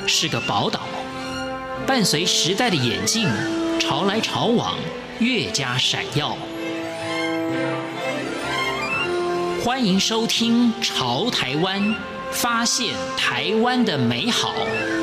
是个宝岛，伴随时代的演进，潮来潮往，越加闪耀。欢迎收听《潮台湾》，发现台湾的美好。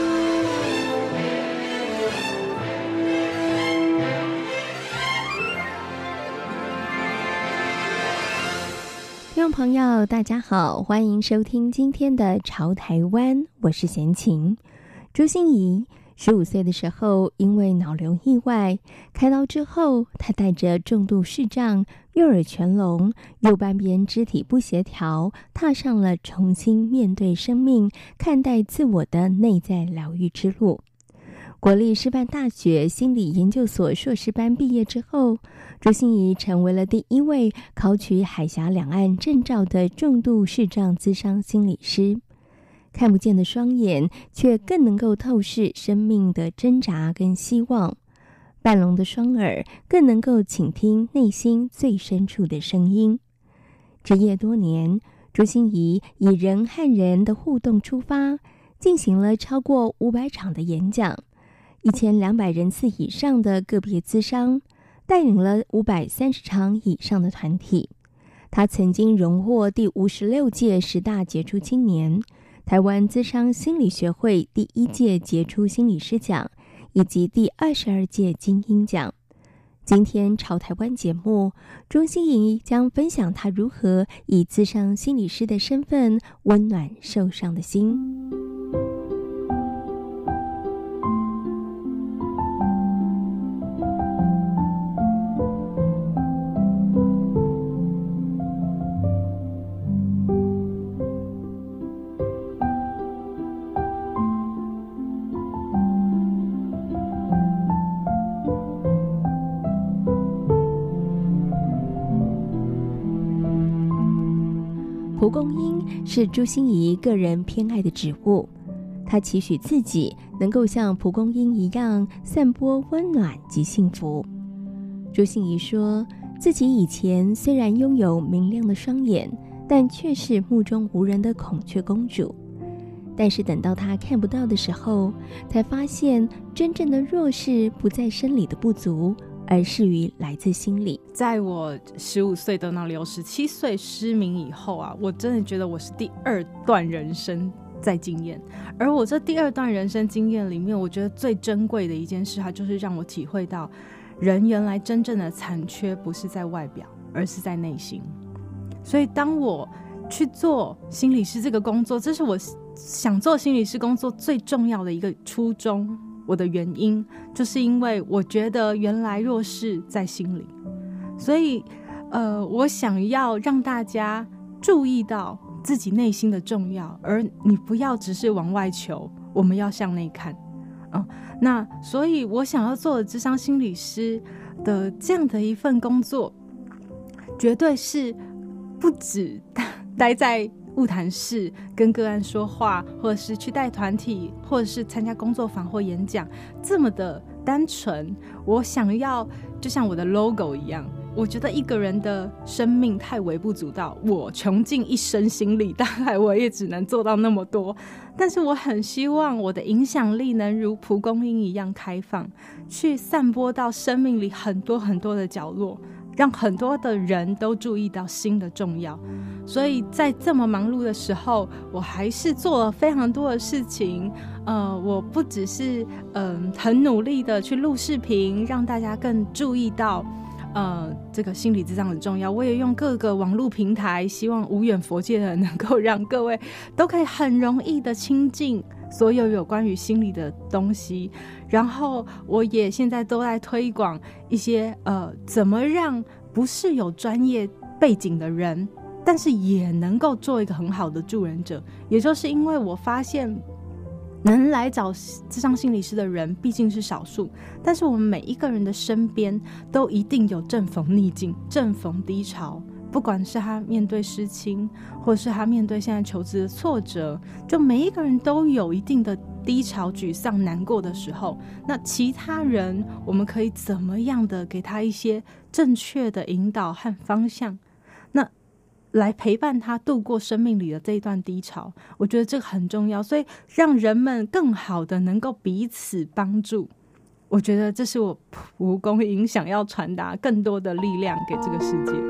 听众朋友大家好，欢迎收听今天的《潮台湾》，我是贤琴。朱心怡15岁的时候因为脑瘤意外开刀之后，她带着重度视障、右耳全聋、右半边肢体不协调，踏上了重新面对生命、看待自我的内在疗愈之路。国立师范大学心理研究所硕士班毕业之后，朱心怡成为了第一位考取海峡两岸证照的重度视障咨商心理师。看不见的双眼却更能够透视生命的挣扎跟希望，半聋的双耳更能够倾听内心最深处的声音。职业多年，朱心怡以人和人的互动出发，进行了超过500场的演讲，1200人次以上的个别咨商，带领了530场以上的团体。他曾经荣获第56届10大杰出青年、台湾咨商心理学会第1届杰出心理师奖，以及第22届金鹰奖。今天潮台湾节目，朱心怡将分享他如何以咨商心理师的身份温暖受伤的心。蒲公英是朱心怡个人偏爱的植物，她期许自己能够像蒲公英一样散播温暖及幸福。朱心怡说，自己以前虽然拥有明亮的双眼，但却是目中无人的孔雀公主。但是等到她看不到的时候，才发现真正的弱势不在生理的不足，而是于来自心里。 在我15岁得脑瘤、17岁失明以后啊，我真的觉得我是第2段人生在经验。而我这第2段人生经验里面，我觉得最珍贵的一件事，它就是让我体会到，人原来真正的残缺不是在外表，而是在内心。所以当我去做心理师这个工作，这是我想做心理师工作最重要的一个初衷。我的原因就是因为我觉得原来弱势在心里，所以我想要让大家注意到自己内心的重要，而你不要只是往外求，我们要向内看。那所以我想要做的諮商心理师的这样的一份工作，绝对是不只待在晤谈室跟个案说话，或者是去带团体，或者是参加工作坊或演讲这么的单纯。我想要就像我的 logo 一样，我觉得一个人的生命太微不足道，我穷尽一生心力，大概我也只能做到那么多。但是我很希望我的影响力能如蒲公英一样开放，去散播到生命里很多很多的角落，让很多的人都注意到心的重要。所以在这么忙碌的时候，我还是做了非常多的事情。我不只是很努力的去录视频，让大家更注意到这个心理咨商很重要。我也用各个网络平台，希望无远弗届的能够让各位都可以很容易的亲近所有有关于心理的东西。然后我也现在都在推广一些怎么让不是有专业背景的人，但是也能够做一个很好的助人者。也就是因为我发现能来找諮商心理师的人毕竟是少数，但是我们每一个人的身边都一定有正逢逆境、正逢低潮，不管是他面对失亲，或是他面对现在求职的挫折，就每一个人都有一定的低潮、沮丧、难过的时候。那其他人我们可以怎么样的给他一些正确的引导和方向？那来陪伴他度过生命里的这一段低潮，我觉得这个很重要，所以让人们更好的能够彼此帮助，我觉得这是我蒲公英想要传达更多的力量给这个世界。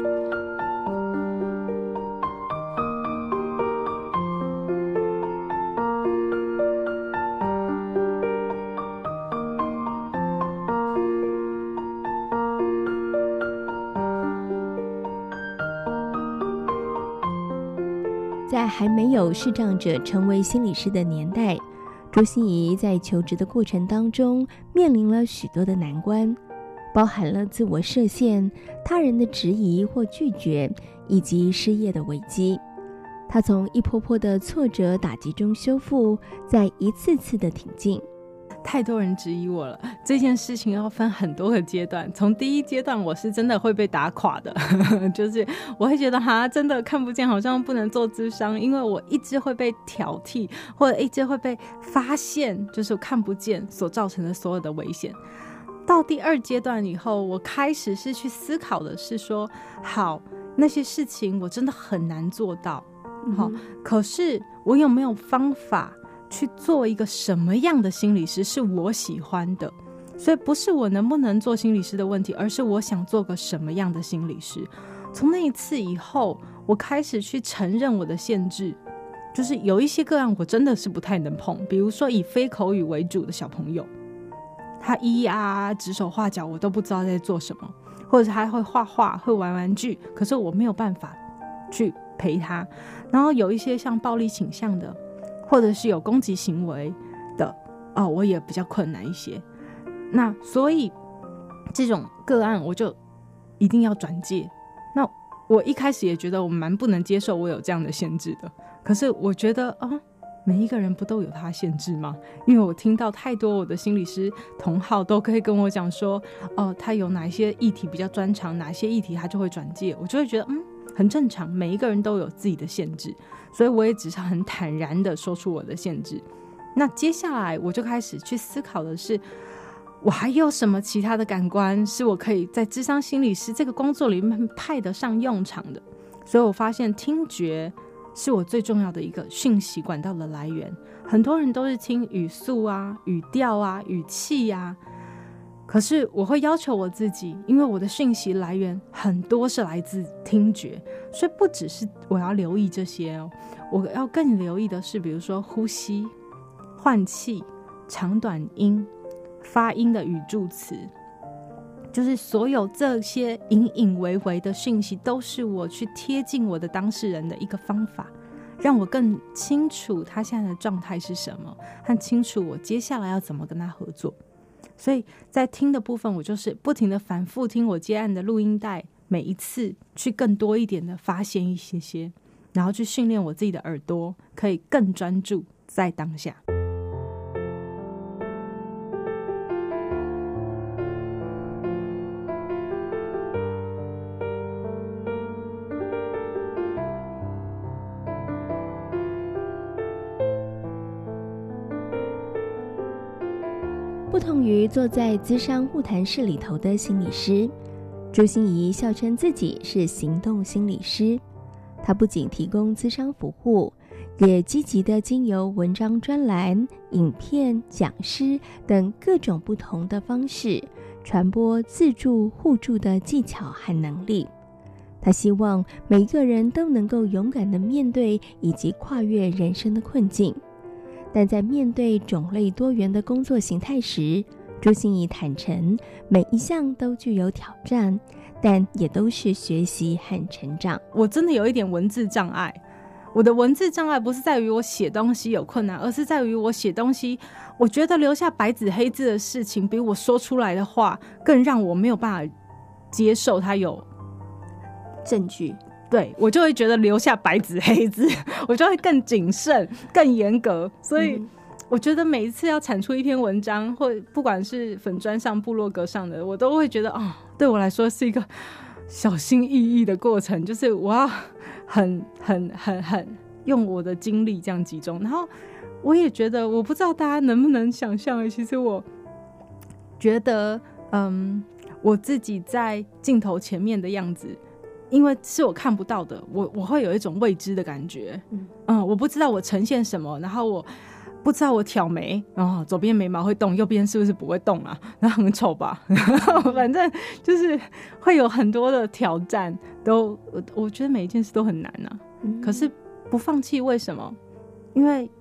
在还没有视障者成为心理师的年代，朱心怡在求职的过程当中面临了许多的难关，包含了自我设限、他人的质疑或拒绝，以及失业的危机。她从一波波的挫折打击中修复，在一次次的挺进。 太多人质疑我了，这件事情要分很多个阶段。从第一阶段我是真的会被打垮的就是我会觉得真的看不见，好像不能做諮商，因为我一直会被挑剔，或者一直会被发现就是看不见所造成的所有的危险。到第二阶段以后，我开始是去思考的是说，好，那些事情我真的很难做到，好，可是我有没有方法去做一个什么样的心理师是我喜欢的？所以不是我能不能做心理师的问题，而是我想做个什么样的心理师。从那一次以后，我开始去承认我的限制，就是有一些个案我真的是不太能碰，比如说以非口语为主的小朋友，他咿呀指手画脚，我都不知道在做什么，或者他会画画会玩玩具，可是我没有办法去陪他。然后有一些像暴力倾向的，或者是有攻击行为的，我也比较困难一些。那所以这种个案我就一定要转介。那我一开始也觉得我蛮不能接受我有这样的限制的，可是我觉得每一个人不都有他限制吗？因为我听到太多我的心理师同好都可以跟我讲说，他有哪一些议题比较专长，哪一些议题他就会转介，我就会觉得很正常，每一个人都有自己的限制，所以我也只是很坦然的说出我的限制。那接下来我就开始去思考的是，我还有什么其他的感官是我可以在諮商心理师这个工作里面派得上用场的。所以我发现听觉是我最重要的一个讯息管道的来源。很多人都是听语速啊、语调啊、语气啊，可是我会要求我自己，因为我的讯息来源很多是来自听觉，所以不只是我要留意这些我要更留意的是，比如说呼吸、换气、长短音、发音的语助词，就是所有这些隐隐微微的讯息，都是我去贴近我的当事人的一个方法，让我更清楚他现在的状态是什么，和清楚我接下来要怎么跟他合作。所以在听的部分，我就是不停的反复听我接案的录音带，每一次去更多一点的发现一些，然后去训练我自己的耳朵，可以更专注在当下。 不同于坐在諮商晤谈室里头的心理师，朱心怡笑称自己是行动心理师。她不仅提供諮商服务，也积极地经由文章专栏、影片、讲师等各种不同的方式，传播自助互助的技巧和能力。她希望每一个人都能够勇敢地面对以及跨越人生的困境。但在面对种类多元的工作形态时，朱心怡坦诚，每一项都具有挑战，但也都是学习和成长。 我真的有一点文字障碍，我的文字障碍不是在于我写东西有困难，而是在于我写东西，我觉得留下白纸黑字的事情，比我说出来的话更让我没有办法接受它有证据。 对，我就会觉得留下白纸黑字，我就会更谨慎更严格。所以我觉得每一次要产出一篇文章，或不管是粉专上部落格上的，我都会觉得对我来说是一个小心翼翼的过程，就是我要很用我的精力这样集中。然后我也觉得，我不知道大家能不能想象，其实我觉得我自己在镜头前面的样子因为是我看不到的，我会有一种未知的感觉。我不知道我呈现什么，然后我不知道我挑眉，然后左边眉毛会动，右边是不是不会动啊？然后很丑吧？反正就是会有很多的挑战，我觉得每一件事都很难啊。可是不放弃，为什么？因为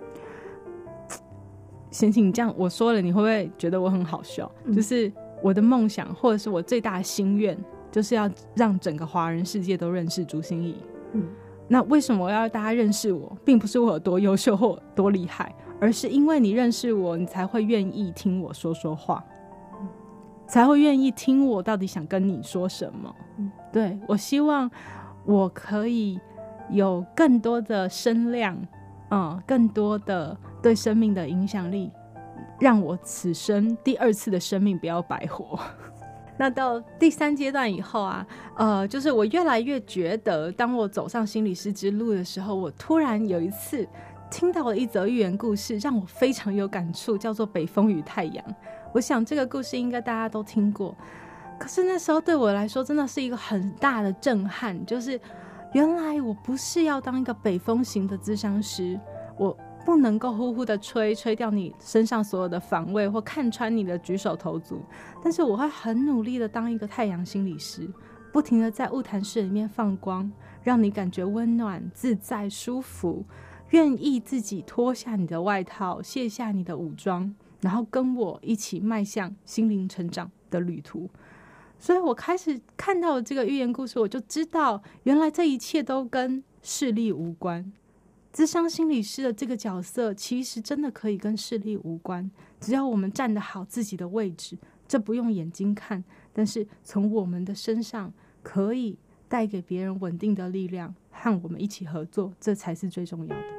贤琴，你这样我说了，你会不会觉得我很好笑？就是我的梦想，或者是我最大的心愿，就是要让整个华人世界都认识朱芯仪。那为什么我要大家认识我？并不是我有多优秀或多厉害，而是因为你认识我，你才会愿意听我说话，才会愿意听我到底想跟你说什么。对，我希望我可以有更多的声量，更多的对生命的影响力，让我此生第二次的生命不要白活。那到第3阶段以后啊，就是我越来越觉得，当我走上心理师之路的时候，我突然有一次听到了一则寓言故事，让我非常有感触，叫做《北风与太阳》。我想这个故事应该大家都听过，可是那时候对我来说真的是一个很大的震撼，就是原来我不是要当一个北风型的咨商师，我不能够呼呼的吹掉你身上所有的防卫，或看穿你的举手投足，但是我会很努力的当一个太阳心理师，不停的在晤谈室里面放光，让你感觉温暖、自在、舒服，愿意自己脱下你的外套，卸下你的武装，然后跟我一起迈向心灵成长的旅途。所以我开始看到这个寓言故事，我就知道原来这一切都跟视力无关。咨商心理师的这个角色其实真的可以跟视力无关，只要我们站得好自己的位置，这不用眼睛看，但是从我们的身上可以带给别人稳定的力量，和我们一起合作，这才是最重要的。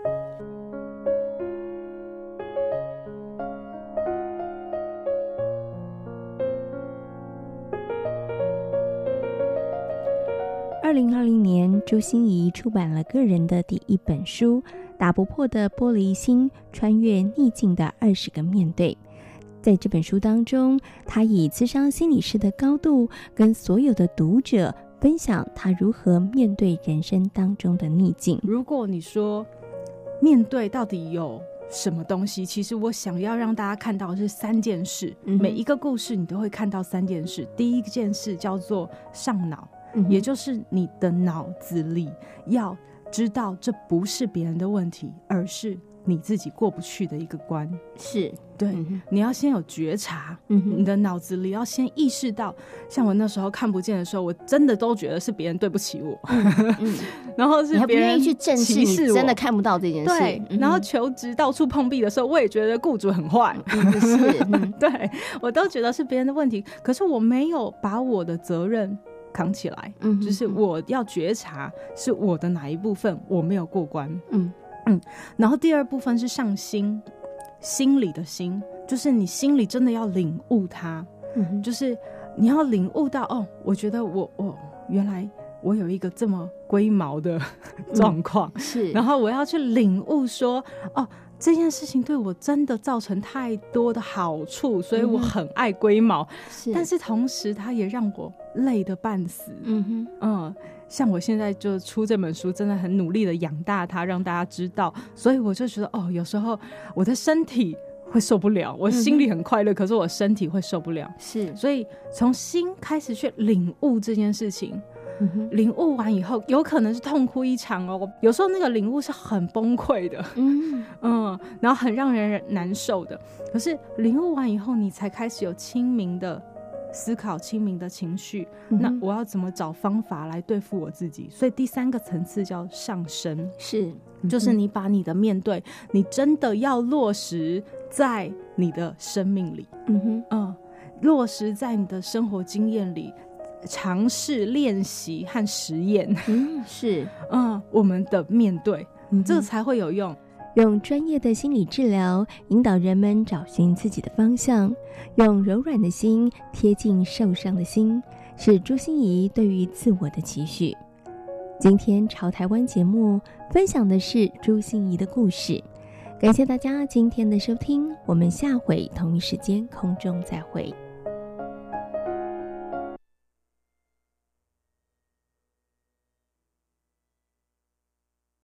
2020年，朱芯仪出版了个人的第1本书《打不破的玻璃心：穿越逆境的20个面对》。在这本书当中，他以咨商心理师的高度，跟所有的读者分享他如何面对人生当中的逆境。 如果你说面对到底有什么东西，其实我想要让大家看到的是3件事。每一个故事你都会看到3件事。第一件事叫做上脑，也就是你的脑子里要知道这不是别人的问题，而是你自己过不去的一个关。 是对，你要先有觉察，你的脑子里要先意识到，像我那时候看不见的时候，我真的都觉得是别人对不起我，然后是别人去正视你真的看不到这件事。 对，然后求职到处碰壁的时候，我也觉得雇主很坏，对，我都觉得是别人的问题，可是我没有把我的责任扛起来，就是我要觉察是我的哪一部分我没有过关。然后第2部分是上心，心里的心，就是你心里真的要领悟它，就是你要领悟到我觉得我原来我有一个这么龟毛的状况，是，然后我要去领悟说这件事情对我真的造成太多的好处，所以我很爱龟毛，但是同时它也让我累得半死。像我现在就出这本书，真的很努力的养大它，让大家知道，所以我就觉得有时候我的身体会受不了，我心里很快乐，可是我身体会受不了，是，所以从心开始去领悟这件事情。领悟完以后有可能是痛哭一场有时候那个领悟是很崩溃的，然后很让人难受的，可是领悟完以后你才开始有清明的思考，清明的情绪，那我要怎么找方法来对付我自己？所以第3个层次叫上升，是，就是你把你的面对你真的要落实在你的生命里，落实在你的生活经验里，尝试练习和实验，是，我们的面对，这才会有用。 用专业的心理治疗引导人们找寻自己的方向，用柔软的心贴近受伤的心，是朱芯仪对于自我的期许。今天潮台湾节目分享的是朱芯仪的故事，感谢大家今天的收听，我们下回同一时间空中再会。